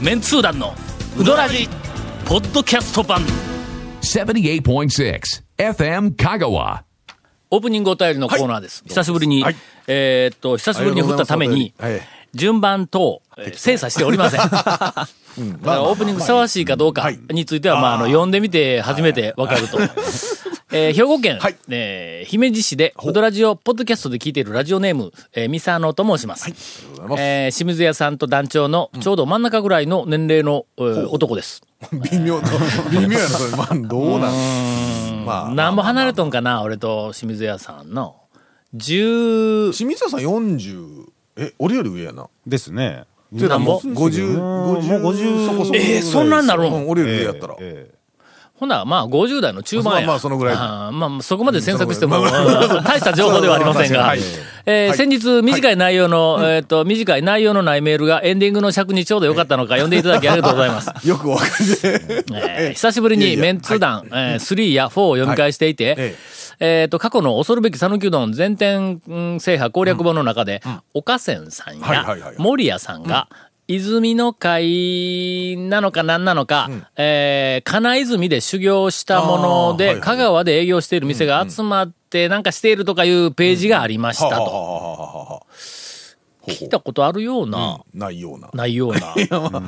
メンツー団のウドラジポッドキャスト版 78.6 FM 香川。 オープニングお便りのコーナーです。久しぶりに、 はい久しぶりに振ったために、順番等、精査しておりません。だからオープニングふさわしいかどうかについては、読んでみて初めてわかると。兵庫県、姫路市でウドラジオポッドキャストで聞いているラジオネーム、ミサノと申します。清水屋さんと団長のちょうど真ん中ぐらいの年齢の、男です。 微妙やな、それ。まあ、どうなんまあ。 何も離れとんかな、俺と清水屋さんの。清清水屋さん40、俺より上やな。 ですね。 なんぼ 50、 もう50 そこそこぐらいです。 そんなんなるん俺より上やったら。 ほな、まあ、50代の中盤や。 まあそのぐらいまあ、そこまで詮索しても、大した情報ではありませんが、先日、短い内容の、短い内容のないメールがエンディングの尺にちょうどよかったのか、読んでいただきありがとうございます。 よくわかる。 久しぶりにメンツー団、3や4を読み返していて、過去の恐るべき讃岐うどん全店制覇攻略本の中で、岡仙さんや森谷さんが、泉の会なのか何なのか、金泉で修行したもので、香川で営業している店が集まってなんかしているとかいうページがありましたと。聞いたことあるような、 ないような。 ないような。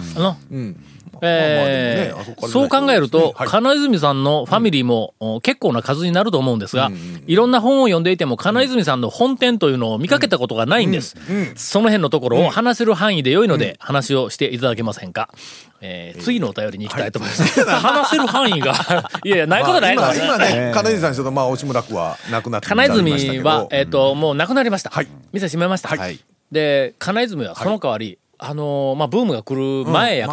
そう考えると、金泉さんのファミリーも結構な数になると思うんですが、いろんな本を読んでいても金泉さんの本店というのを見かけたことがないんです。その辺のところを話せる範囲で良いので話をしていただけませんか。次のお便りに行きたいと思います。話せる範囲が、いやいや、ないことないの。 今ね、金泉さんちょっと押しむらくはなくなって金泉は、もうなくなりました。店閉めました。 はい。 で、金泉はその代わり、ブームが来る前やから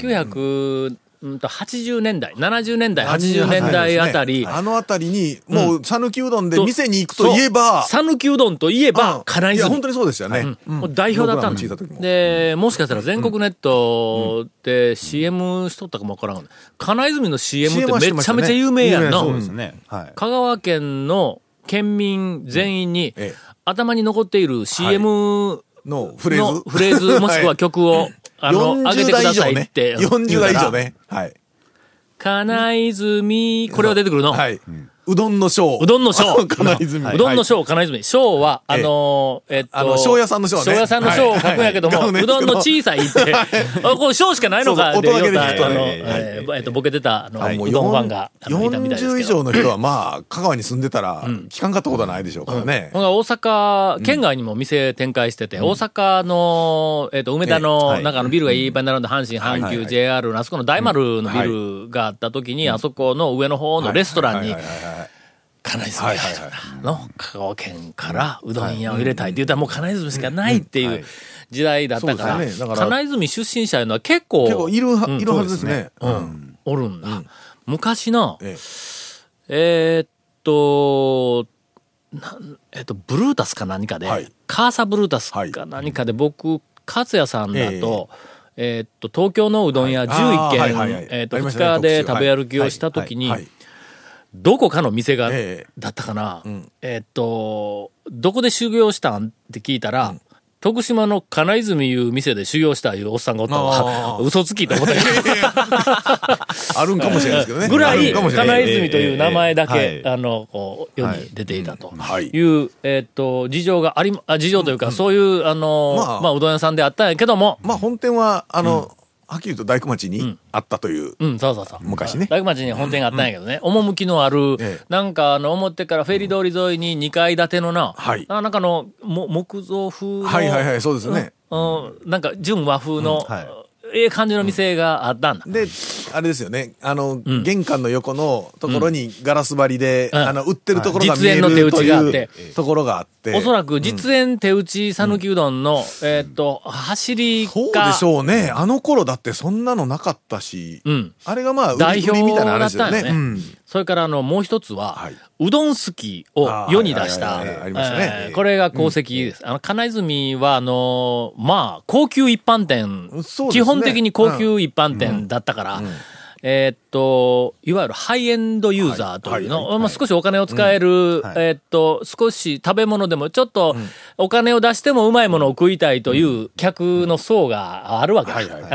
、1980年代、70年代、80年代あたり。 あのあたりに、もう、讃岐うどんで店に行くといえば、 讃岐うどんといえば、金泉。 いや、本当にそうでしたね。 もう代表だったんだ。で、もしかしたら全国ネットで CM しとったかもわからん。金泉の CM ってめちゃめちゃ有名やんな。 そうですね。 香川県の県民全員に、頭に残っている CM のフレーズもしくは曲を、上げてくださいって。 40代以上ね。はい。 金泉、これは出てくるの。 はい。うどんの章。 うどんの章。 金泉。 うどんの章、金泉。章は、 章屋さんの章ね。 章屋さんの章を書くんやけども、うどんの小さいって、これ章しかないのかって言うた、ボケてた、うどんファンがいたみたいですけど。 40以上の人はまあ、香川に住んでたら、聞かんかったことはないでしょうからね。 大阪、県外にも店展開してて、大阪の、梅田の、なんかビルがいっぱい並んで、阪神、阪急、JR のあそこの大丸のビルがあった時に、あそこの上の方のレストランに、金泉の香川県からうどん屋を入れたいって言ったらもう金泉しかないっていう時代だったから、金泉出身者いうのは結構いるはずですね。 おるんだ。昔の、ブルータスか何かで、カーサブルータスか何かで僕、勝也さんだと、東京のうどん屋11軒、2日で食べ歩きをしたときに、どこかの店が、だったかな、どこで修行したんって聞いたら、徳島の金泉いう店で修行したいうおっさんがおったわ。嘘つきと思ったけど。 あるんかもしれないですけどね。 ぐらい、金泉という名前だけ、世に出ていたという、事情が事情というか、そういう、うどん屋さんであったんやけども。 まあ、本店は、はっきりと大工町にあったという。 そう。 昔ね。 大工町に本店があったんやけどね。趣のある、なんか表からフェリー通り沿いに2階建てのな、なんか木造風の。 はい、そうですね。 なんか純和風の、感じの店があったんだ。 で、あれですよね。玄関の横のところにガラス張りで、売ってるところが見えるというところがあって。 おそらく実演手打ち讃岐うどんの、走りか。 そうでしょうね。あの頃だってそんなのなかったし、あれがまあ、 代表みたいな話だったよね。それからもう一つは、うどん好きを世に出した。これが功績です。金泉は、高級一般店、基本的に高級一般店だったから、いわゆるハイエンドユーザーというの、少しお金を使える、少し食べ物でもちょっとお金を出してもうまいものを食いたいという客の層があるわけだ。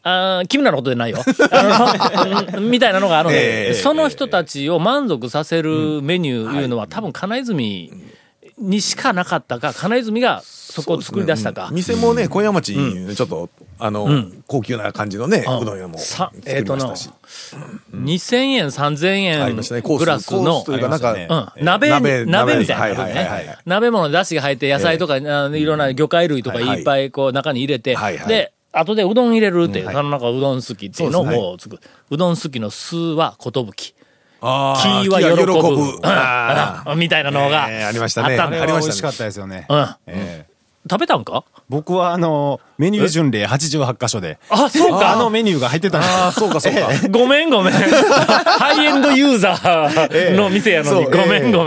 君らのことでないよ。みたいなのがあるので、その人たちを満足させるメニューいうのは、多分金泉にしかなかったか、金泉がそこを作り出したか。 店もね、小山町にちょっと、高級な感じのね、うどん屋も作りましたし。 2000円、3000円クラスの、鍋みたいなことね。鍋物に出汁が入って、野菜とか、いろんな魚介類とかいっぱいこう中に入れて、で、後でうどん入れるっていう、その中うどん好きっていうのをもう作る。うどん好きの酢は寿。木は喜ぶ。みたいなのがありましたね。 あれは美味しかったですよね。 食べたんか？ 僕はメニュー巡礼88箇所で。 あ、そうか。 メニューが入ってたんです。 あ、そうか。 ごめん。ハイエンドユーザーの店やのに、ごめん。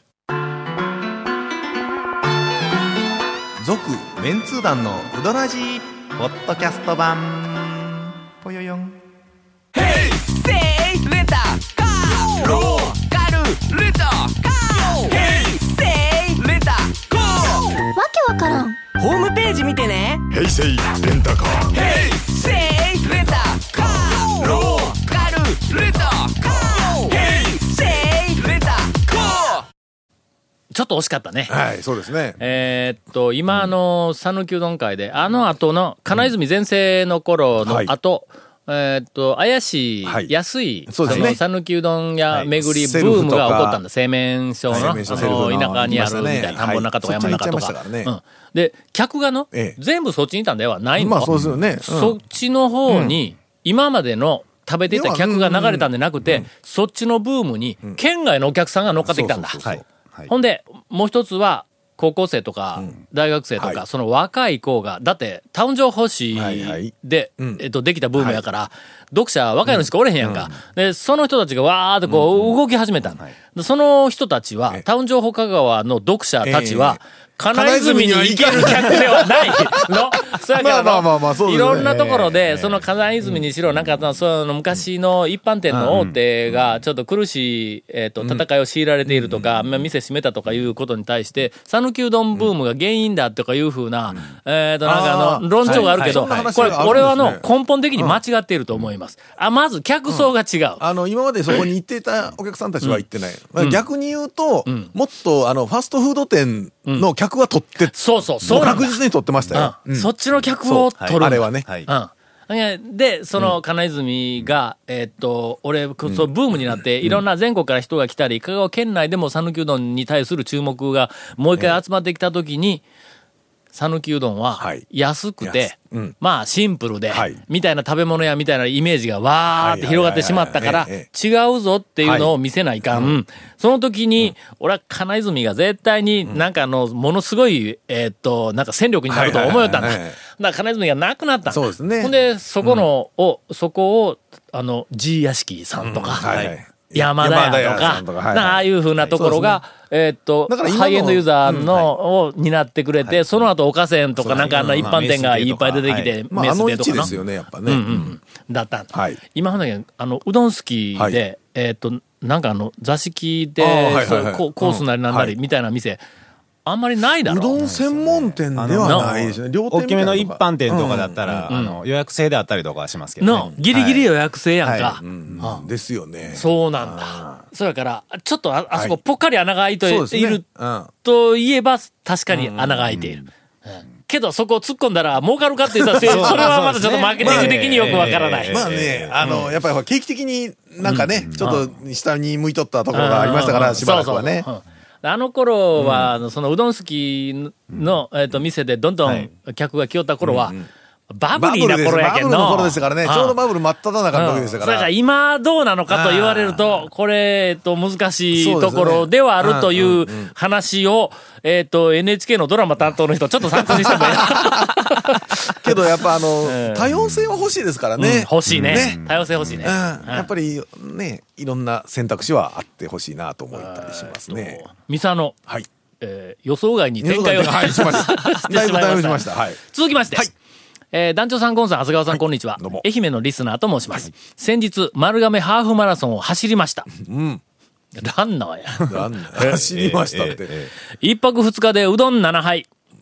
続メンツー団のうどらじポッドキャスト版ぽよよん。 ヘイセイレンタカーローカルレンタカーヘイセイレンタカーわけわからん。 ホームページ見てね。 ヘイセイレンタカーヘイセイレンタカーローカルレンタカーヘイセイレンタカー。 ちょっと惜しかったね。 はい、そうですね。 今讃岐うどん会で、後の金泉全盛の頃の後、怪しい、安い、讃岐うどん屋巡りブームが起こったんだ。製麺所の、田舎にあるみたいな、田んぼの中とか山の中とか。で、客が全部そっちにいたんではないの。 まあそうですよね。 そっちの方に、今までの食べていた客が流れたんでなくて、そっちのブームに、県外のお客さんが乗っかってきたんだ。ほんで、もう一つは、高校生とか、大学生とか、その若い子が、だって、タウン情報誌で、できたブームやから、読者若いのしかおれへんやんか。で、その人たちがわーってこう、動き始めた。その人たちは、タウン情報香川の読者たちは、金泉に行ける客ではないの。そやからいろんなところで、その金泉にしろ、なんか、その昔の一般店の大手が、ちょっと苦しい、戦いを強いられているとか、店閉めたとかいうことに対して、讃岐うどんブームが原因だとかいうふうな、なんか論調があるけど、これ、俺は根本的に間違っていると思います。まず、客層が違う。 今までそこに行っていたお客さんたちは行ってない。逆に言うと、もっと、ファストフード店の客は取って、 そう確実に取ってましたよ。 そっちの客を取る。 あれはね。 で、その金泉が、俺、そう、ブームになって、いろんな全国から人が来たり、香川県内でも讃岐うどんに対する注目がもう一回集まってきたときに、讃岐うどんは安くて、まあシンプルで、みたいな食べ物屋みたいなイメージがわーって広がってしまったから、違うぞっていうのを見せないかん。その時に、俺は金泉が絶対になんかものすごい、なんか戦力になると思いよったんだ。だから金泉がなくなったんだ。 そうですね。 ほんで、そこを、G 屋敷さんとか、山田屋とか、ああいうふうなところが、ハイエンドユーザーを担ってくれて、その後、岡線とかなんか一般店がいっぱい出てきて、 メスでとかですよね、やっぱね。 だったんだ。今ほんだけうどん好きで、なんか座敷で、コースなりなんなりみたいな店、あんまりないだろ。 うどん専門店ではないですね。 大きめの一般店とかだったら、予約制であったりとかはしますけどね。 ギリギリ予約制やんか。 ですよね。 そうなんだ。そやから、ちょっとあそこぽっかり穴が開いているといえば、確かに穴が開いている。けどそこを突っ込んだら儲かるかって言ったら、それはまだちょっとマーケティング的によくわからない。 まあね、やっぱり景気的になんかね、ちょっと下に向いとったところがありましたから、しばらくはね。 あの頃は、そのうどん好きの、店でどんどん客が来よった頃は、バブリーな頃やけんの。 バブルの頃ですからね。ちょうどバブル真っ只中の時ですから。 それから今どうなのかと言われると、これ、難しいところではあるという話を、NHK のドラマ担当の人、ちょっと参考にしてもいいけどやっぱ多様性は欲しいですからね。 欲しいね。多様性欲しいね。 やっぱりね、いろんな選択肢はあってほしいなと思ったりしますね。 ミサの、予想外に展開をしました。 だいぶしました。 続きまして。団長さん、ゴンさん、長谷川さん、こんにちは。愛媛のリスナーと申します。先日、丸亀ハーフマラソンを走りました。ランナーや。 走りましたって。 一泊二日でうどん7杯。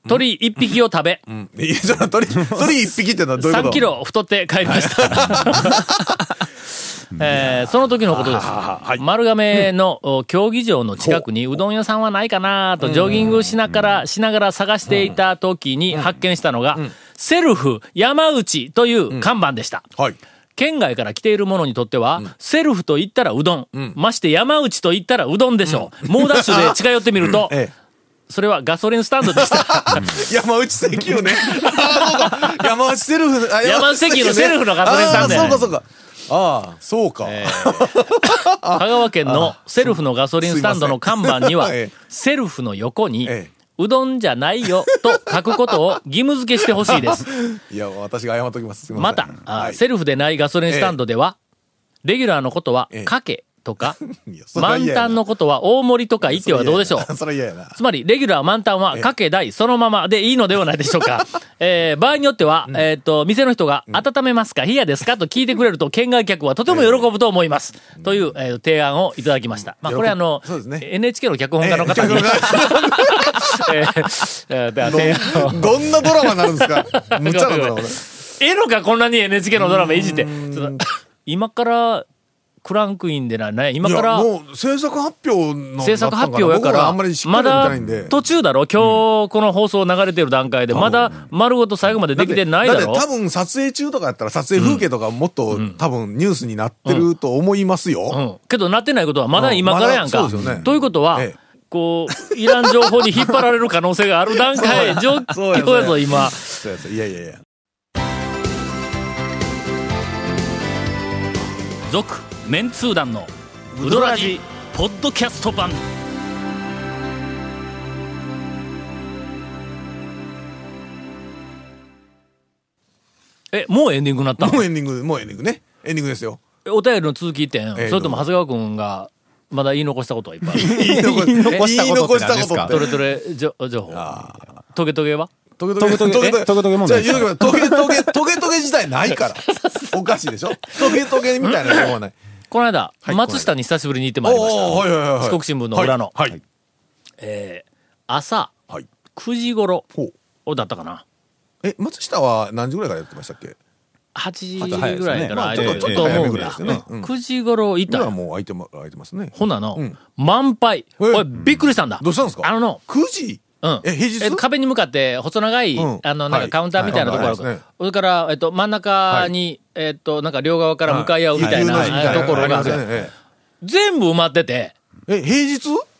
鳥1匹を食べ、 いや、その鳥1匹ってのはどういうこと？ 3キロ太って帰りました。その時のことです。丸亀の競技場の近くにうどん屋さんはないかなとジョギングしながら探していた時に発見したのが、セルフ山内という看板でした。 はい。 県外から来ている者にとっては、セルフと言ったらうどん、まして山内と言ったらうどんでしょう。猛ダッシュで近寄ってみると、それはガソリンスタンドでした。 山内石油ね。山内セルフ、 山内石油のセルフのガソリンスタンドやね。 そうか。ああ、そうか。 香川県のセルフのガソリンスタンドの看板には、セルフの横に、うどんじゃないよと書くことを義務付けしてほしいです。 いや、私が謝っときます。すみません。 また、セルフでないガソリンスタンドでは、レギュラーのことは、かけとか、満タンのことは大盛りとか言ってはどうでしょう。 それ嫌やな。 つまり、レギュラー満タンはかけ大そのままでいいのではないでしょうか。場合によっては、店の人が温めますか冷やですかと聞いてくれると、県外客はとても喜ぶと思います。という、提案をいただきました。まあ、これNHK の脚本家の方に。 どんなドラマになるんですか？むちゃなドラマ。 のか、こんなに NHK のドラマいじって。今から、クランクインでない今からもう制作発表の制作発表やからまだ途中だろ今日この放送流れてる段階でまだ丸ごと最後までできてないだろ。 だって多分撮影中とかやったら撮影風景とかもっと多分ニュースになってると思いますよ。 けどなってないことはまだ今からやんか。ということはこういらん情報に引っ張られる可能性がある段階状況やぞ今。 いやいやいや。 続メンツー団のウドラジポッドキャスト版。もうエンディングになったの？ もうエンディングね。エンディングですよ。 お便りの続きってそれとも長谷川くんがまだ言い残したことはいっぱいある？ 言い残したことって何ですか？ トレトレ情報。トゲトゲは？ トゲトゲ問題ですか？ トゲトゲ自体ないから。おかしいでしょ？トゲトゲみたいな情報はない。 この間、松下に久しぶりに行ってまいりました。四国新聞の裏の。朝、9時頃だったかな。 松下は何時ぐらいからやってましたっけ ？8時ぐらいからちょっと思うんだ。9時頃いた。 今はもう空いてますね。 ほなの、満杯。びっくりしたんだ。 どうしたんですか？9時平日壁に向かって細長い、なんかカウンターみたいなところある。それから、真ん中に、なんか両側から向かい合うみたいなところがある。全部埋まってて。 平日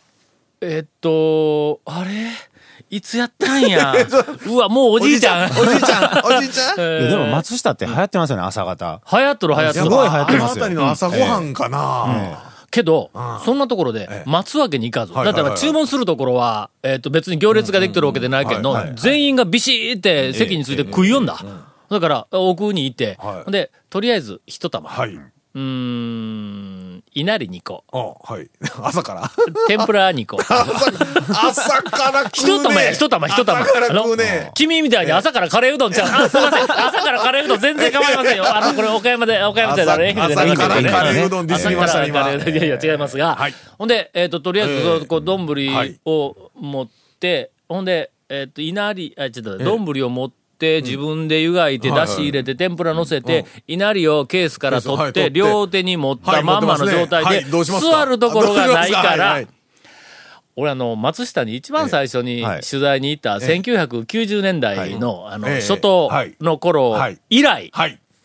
あれいつやったんや。うわ、もうおじいちゃん。 でも松下って流行ってますよね、朝方。 流行っとる。 すごい流行ってますよ。 あの辺りの朝ごはんかな。 けど、そんなところで待つわけにいかず。だって注文するところは、別に行列ができてるわけでないけど、全員がビシーって席について食いよんだ。だから、奥に行って、で、とりあえず一玉。稲荷2個。 朝から天ぷら2個。 朝から食うね。 一玉。君みたいに朝からカレーうどんちゃう。すいません。朝からカレーうどん全然構いませんよ。これ岡山でだろ、 朝からカレーうどんディスりましたね、今。 いや違いますが。ほんで、とりあえず、丼を持って、ほんで、丼を持って、自分で湯がいて出汁入れて天ぷら乗せて稲荷をケースから取って両手に持ったまんまの状態で座るところがないから俺松下に一番最初に取材に行った1990年代の初頭の頃以来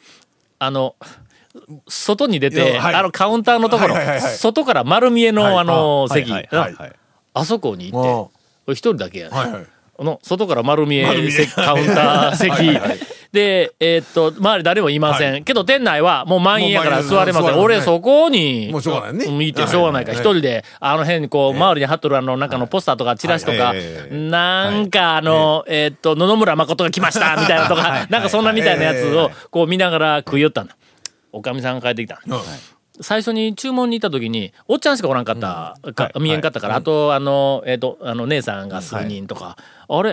外に出てカウンターのところ外から丸見えの席あそこに行って一人だけやね外から丸見えカウンター席で、周り誰もいません。けど店内はもう満員やから座れません。俺そこに、 もうしょうがないね。 見てしょうがないから、一人で、辺にこう、周りに貼っとる中のポスターとかチラシとか、なんか野々村誠が来ましたみたいなとか、なんかそんなみたいなやつをこう見ながら食いよったんだ。おかみさんが帰ってきた。最初に注文に行った時に、おっちゃんしかおらんかった、見えんかったから、あと、姉さんが数人とか、あれ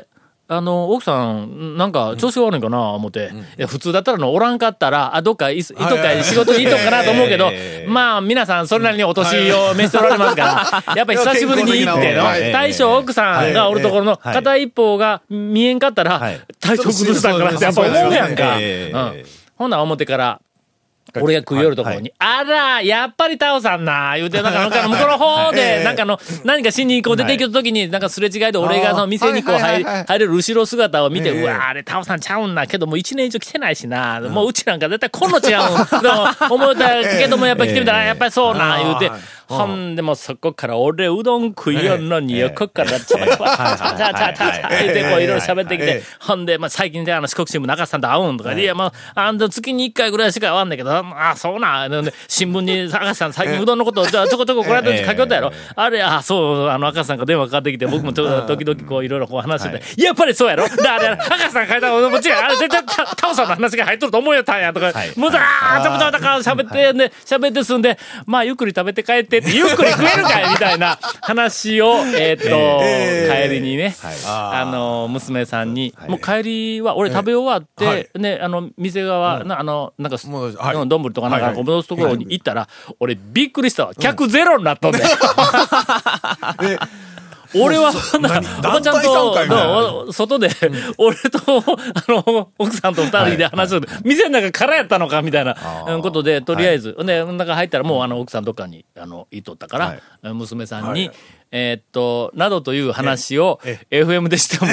奥さん、なんか、調子悪いんかな、思って。いや、普通だったらおらんかったら、どっか、仕事にいとくかなと思うけど、まあ、皆さん、それなりにお年を召しておられますから、やっぱり久しぶりに行っての、大将奥さんがおるところの片一方が見えんかったら、大将崩したんかなってやっぱ思うやんか。ほんなら表から、俺が食い寄るところに、あら、やっぱりタオさんな、言うて、なんか、向こうの方で、なんか何かしにこう出てきた時に、なんかすれ違いで俺がその店にこう入れる後ろ姿を見て、うわ、あれタオさんちゃうんな、けどもう1年以上来てないしな、もううちなんか絶対こんの違うん、思ったけどもやっぱり来てみたら、やっぱりそうな、言うて、ほんでもそこから俺うどん食いよんのに横からちゃばちゃばちゃちゃちゃちゃ言うてこういろいろ喋ってきて、ほんでまあ最近で四国新聞中さんと会うんとかで、いやまあ月に1回ぐらいしか会わんだけど、あそうな、新聞に赤さん最近うどんのことをちょこちょここれで書きよったやろ、あれそう赤さんが電話かかってきて僕もちょっと時々こういろいろこう話してて、やっぱりそうやろ、あれ赤さん書いたのも違う、あれ絶対タオさんの話が入っとると思うよたんやとか、もうだーちょこちょこだから喋って済んで、まあゆっくり食べて帰ってってゆっくり食えるかいみたいな話を帰りにね、娘さんに、もう帰りは俺食べ終わってね、店側なんか丼とかなんか戻すところに行ったら、俺びっくりしたわ、客ゼロになっとんねん。俺はおばちゃんと外で俺と奥さんと二人で話して店の中空やったのかみたいなことで、とりあえずで中入ったらもう奥さんどっかにいとったから、娘さんになどという話を FM でしても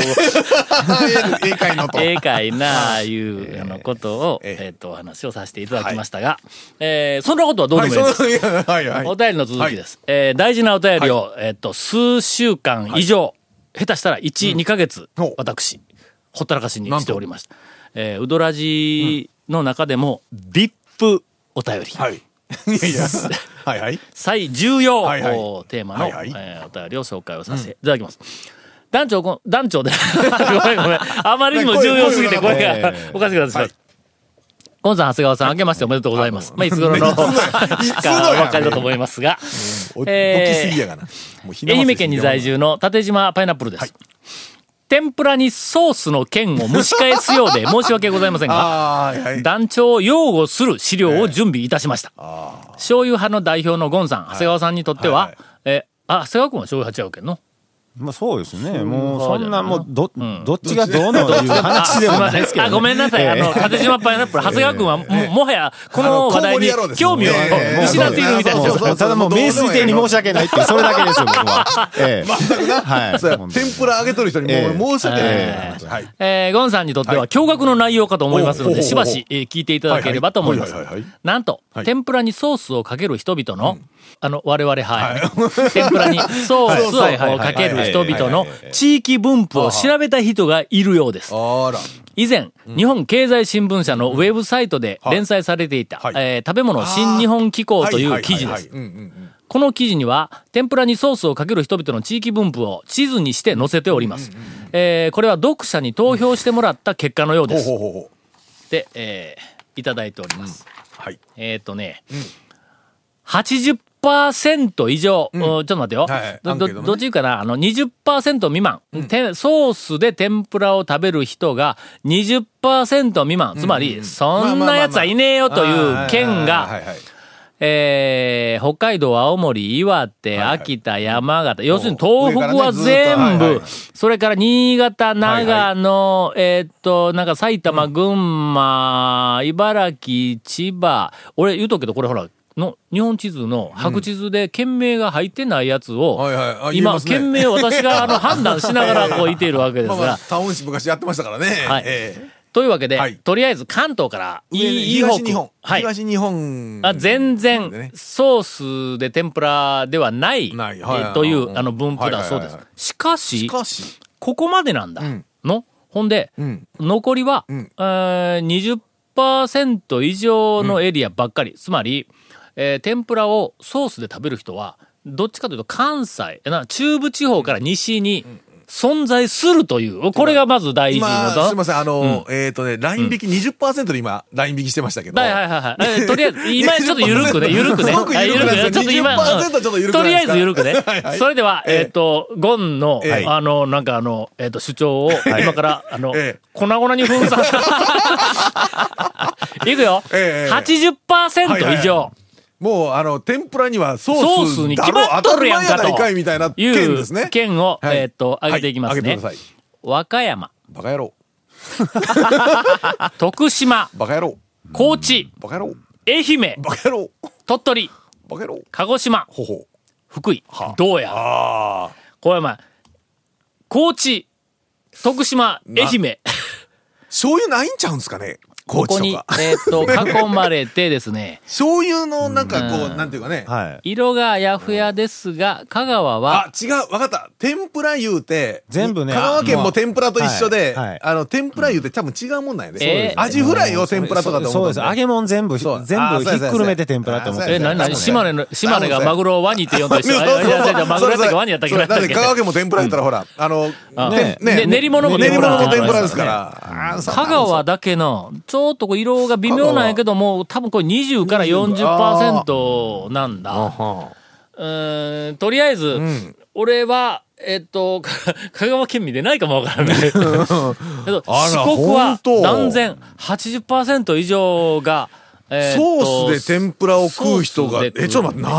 ええかいないうことをお話をさせていただきましたが、そんなことはどうでもいいです。お便りの続きです。大事なお便りを数週間以上、下手したら1、2ヶ月私ほったらかしにしておりました。うどらじの中でも VIP お便り、最重要テーマのお便りを紹介をさせていただきます。団長でごめんあまりにも重要すぎてこれがおかしくなってしまう。ゴンさん長谷川さん明けましておめでとうございます。まあいつ頃のかお分かりだと思いますが、愛媛県に在住の縦島パイナップルです。天ぷらにソースの剣を蒸し返すようで申し訳ございませんが、団長を擁護する資料を準備いたしました。醤油派の代表のゴンさん、長谷川さんにとっては、長谷川君は醤油派ちゃうけんの。 まあそうですね。もうそんなもうどっちがどうのいう話でもないですけど、ね。 ごめんなさい。縦島パイナップル長谷川君はもはやこの話題に興味を失っているみたいです。 ただもう名水亭に申し訳ないってそれだけですよ僕は。 全くな。はい。天ぷら揚げとる人にもう申し訳ない。 ゴンさんにとっては驚愕の内容かと思いますのでしばし聞いていただければと思います。なんと天ぷらにソースをかける人々の我々天ぷらにソースをかける人々の地域分布を調べた人がいるようです。以前、日本経済新聞社のウェブサイトで連載されていた、食べ物新日本機構という記事です。この記事には天ぷらにソースをかける人々の地域分布を地図にして載せております。これは読者に投票してもらった結果のようです。で、いただいております。80% 以上、ちょっと待ってよ。どっちかな20% 未満、ソースで天ぷらを食べる人が 20% 未満、つまり、そんなやつはいねえよという県が、北海道、青森、岩手、秋田、山形、要するに東北は全部、それから新潟、長野、なんか埼玉、群馬、茨城、千葉、俺言うとくけど、これほら、の日本地図の白地図で県名が入ってないやつを、今県名を私が判断しながらこういているわけですが、 タウン誌昔やってましたからね。 というわけで、とりあえず関東から東日本全然ソースで天ぷらではないという分布だそうです。しかしここまでなんだの。ほんで残りは20% 以上のエリアばっかり、つまり天ぷらをソースで食べる人はどっちかというと関西中部地方から西に存在するという、これがまず第一の今、 と。 すいません、ライン引き 20% で今、ライン引きしてましたけど。 はいはいはい。とりあえず、今ちょっと緩くね、緩くね。 すごく緩くないですか？ ちょっと今、 20%ちょっと緩くないですか？ とりあえず緩くね。 はいはいそれでは、ゴンの、主張を、今から、粉々に粉散。いくよ。80% 以上。 もう、天ぷらにはソソースースに決まっとるやんかと。 当たり前やないかいみたいな件ですね。 県を、 はい上げていきますね。 はい上げてください。 和歌山、 バカ野郎。 徳島、 バカ野郎。 高知、 バカ野郎。 愛媛、 バカ野郎。 鳥取、 バカ野郎。 鹿児島、 ほほ。 福井。どうや。 ああ。 これお前、高知、徳島、愛媛。 醤油ないんちゃうんすかね？ ここに、囲まれてですね。 醤油のなんかこう、なんていうかね。 はい。 色があやふやですが、香川は、 違う、わかった。天ぷら言うて、 全部ね香川県も天ぷらと一緒で、 はいはい天ぷら言うて多分違うもんなんやで。 そうですアジフライを天ぷらとかでそうです。揚げ物全部ひそうっくるめて天ぷらって思ってる。 何島根がマグロをワニって呼んだりして、 そうそうそういやマグロやったっけワニやったっけだって香川県も天ぷら言ったらほら、 練り物も天ぷらの天ぷらですから。 香川だけの、ちょっとこう色が微妙なんやけども、多分これ20から 40% なんだ。とりあえず、俺は、香川県民でないかもわからない。けど四国は断然 80% 以上が、 ソースで天ぷらを食う人が、ちょっと待って、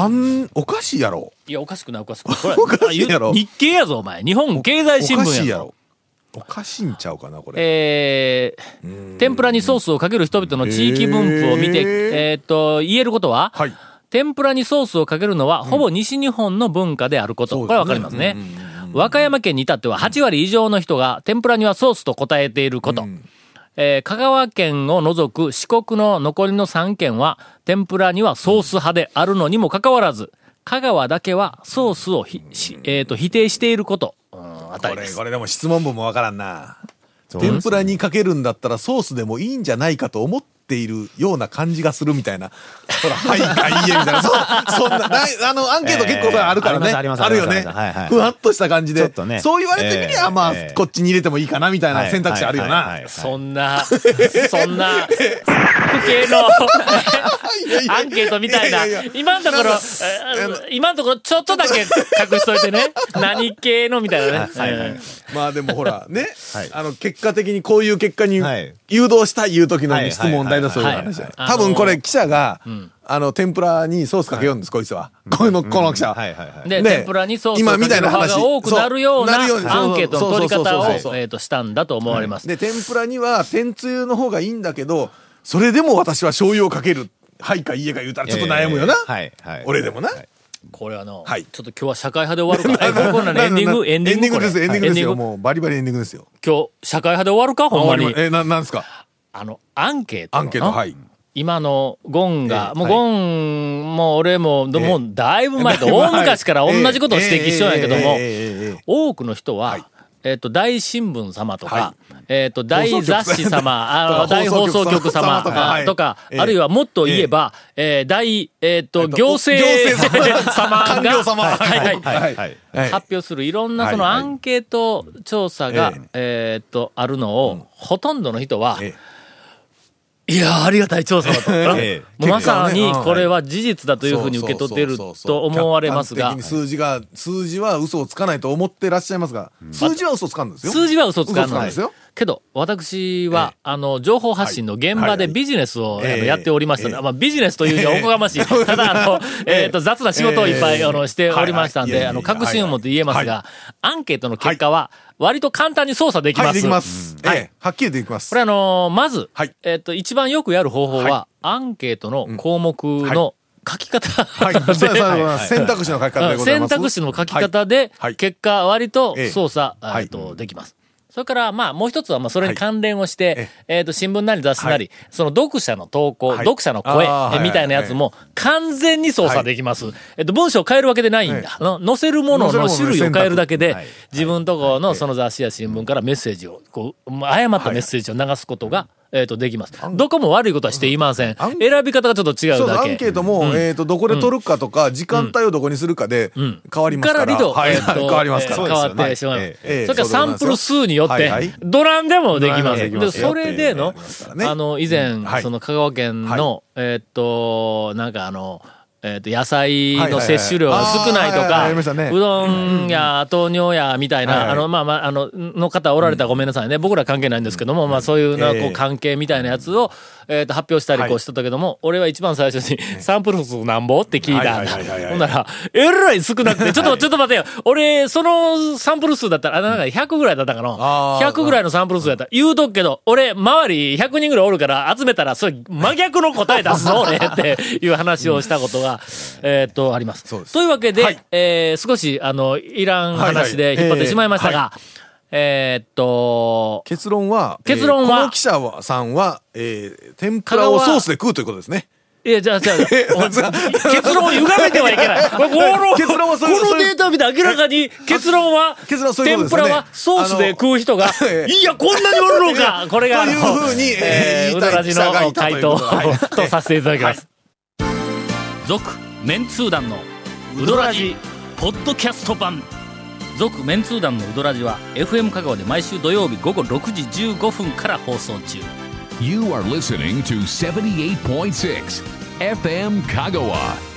おかしいやろ。 いや、おかしくない、おかしくない。 おかしいやろ。 日経やぞ、お前。日本経済新聞やぞ。 おかしいやろ。おかしいんちゃうかな、これ。 天ぷらにソースをかける人々の地域分布を見て、言えることは、 はい。 天ぷらにソースをかけるのは、ほぼ西日本の文化であること。これはわかりますね。和歌山県に至っては8割以上の人が天ぷらにはソースと答えていること。香川県を除く四国の残りの3県は、天ぷらにはソース派であるのにもかかわらず、香川だけはソースを否定していること。あたりです。 これでも質問文もわからんな。天ぷらにかけるんだったらソースでもいいんじゃないかと思っているような感じがするみたいな。ほら、はいかいいえみたいな。そんな、アンケート結構あるからね。あるよね。ふわっとした感じで。そう言われてみりゃ、まあ、こっちに入れてもいいかなみたいな選択肢あるよな。 そんな、不景のアンケートみたいな。今のところちょっとだけ隠しといてね。何系のみたいなね。 まあでもほら、ね。結果的にこういう結果に誘導したいいう時の質問題だそういう話だよ。多分これ記者が、天ぷらにソースかけようんです、こいつは。この記者は。 で、天ぷらにソースをかける派が多くなるようなアンケートの取り方をしたんだと思われます。 で、天ぷらには天つゆの方がいいんだけど、それでも私は醤油をかける。はいかいいえか言うたらちょっと悩むよな。俺でもな。 これちょっと今日は社会派で終わるか。ここなのエンディングエンディングですよ。もうバリバリエンディングですよ。 今日、社会派で終わるかほんまに。 なんすか？ アンケート。 アンケート、はい。 今のゴンが、もうゴンも俺も、もうだいぶ前と大昔から同じことを指摘しようやけども、多くの人は、大新聞様とか、大雑誌様、大放送局様とか、あるいはもっと言えば、大、行政様が、発表するいろんなそのアンケート調査が、あるのを、ほとんどの人は、いやありがたい調査だと。まさにこれは事実だというふうに受け取っていると思われますが。 数字は嘘をつかないと思ってらっしゃいますが、数字は嘘つかんですよ。 数字は嘘つかない。けど、私は、情報発信の現場でビジネスをやっておりました。ビジネスというにはおこがましい。ただ、雑な仕事をいっぱいしておりましたんで、確信を持って言えますが、アンケートの結果は、割と簡単に操作できます。 できます。はっきりできます。 これまず、一番よくやる方法は、アンケートの項目の書き方。 選択肢の書き方でございます。 選択肢の書き方で、結果割と操作できます。それから、もう一つは、それに関連をして、新聞なり雑誌なり、その読者の投稿、読者の声、みたいなやつも、完全に操作できます。文章を変えるわけでないんだ。載せるものの種類を変えるだけで、自分とこのその雑誌や新聞からメッセージを、誤ったメッセージを流すことができます。どこも悪いことはしていません。選び方がちょっと違うだけ。 そうアンケートも、どこで取るかとか、時間帯をどこにするかで変わりますから。 ガラリと、 変わりますから。 変わってしまう。それからサンプル数によって、どなんでもできます。で、それでの、以前、その香川県の、なんか野菜の摂取量が少ないとか、うどんや豆乳やみたいな、の方おられたらごめんなさいね。僕ら関係ないんですけども、そういうこう関係みたいなやつを、発表したりこうしとったけども、俺は一番最初にサンプル数なんぼって聞いたんだ。ほんなら、えらい少なくて、ちょっと待てよ。俺、そのサンプル数だったら、なんか100ぐらいだったかな。100ぐらいのサンプル数だったら、言うとくけど、俺、周り100人ぐらいおるから集めたら、それ真逆の答え出すぞ、俺っていう話をしたことが、あります。というわけで、少し、いらん話で引っ張ってしまいましたが、 結論は、この記者さんは、天ぷらをソースで食うということですね。 いや、じゃあ、結論を歪めてはいけない。このデータを見て明らかに結論は、天ぷらはソースで食う人が、いや、こんなにおるのかこれが、 というふうに、 うどらじの回答とさせていただきます。続、メンツー団のうどらじポッドキャスト版。続メンツー団のうどらじは FM 香川で毎週土曜日午後6時15分から放送中。 You are listening to 78.6 FM 香川。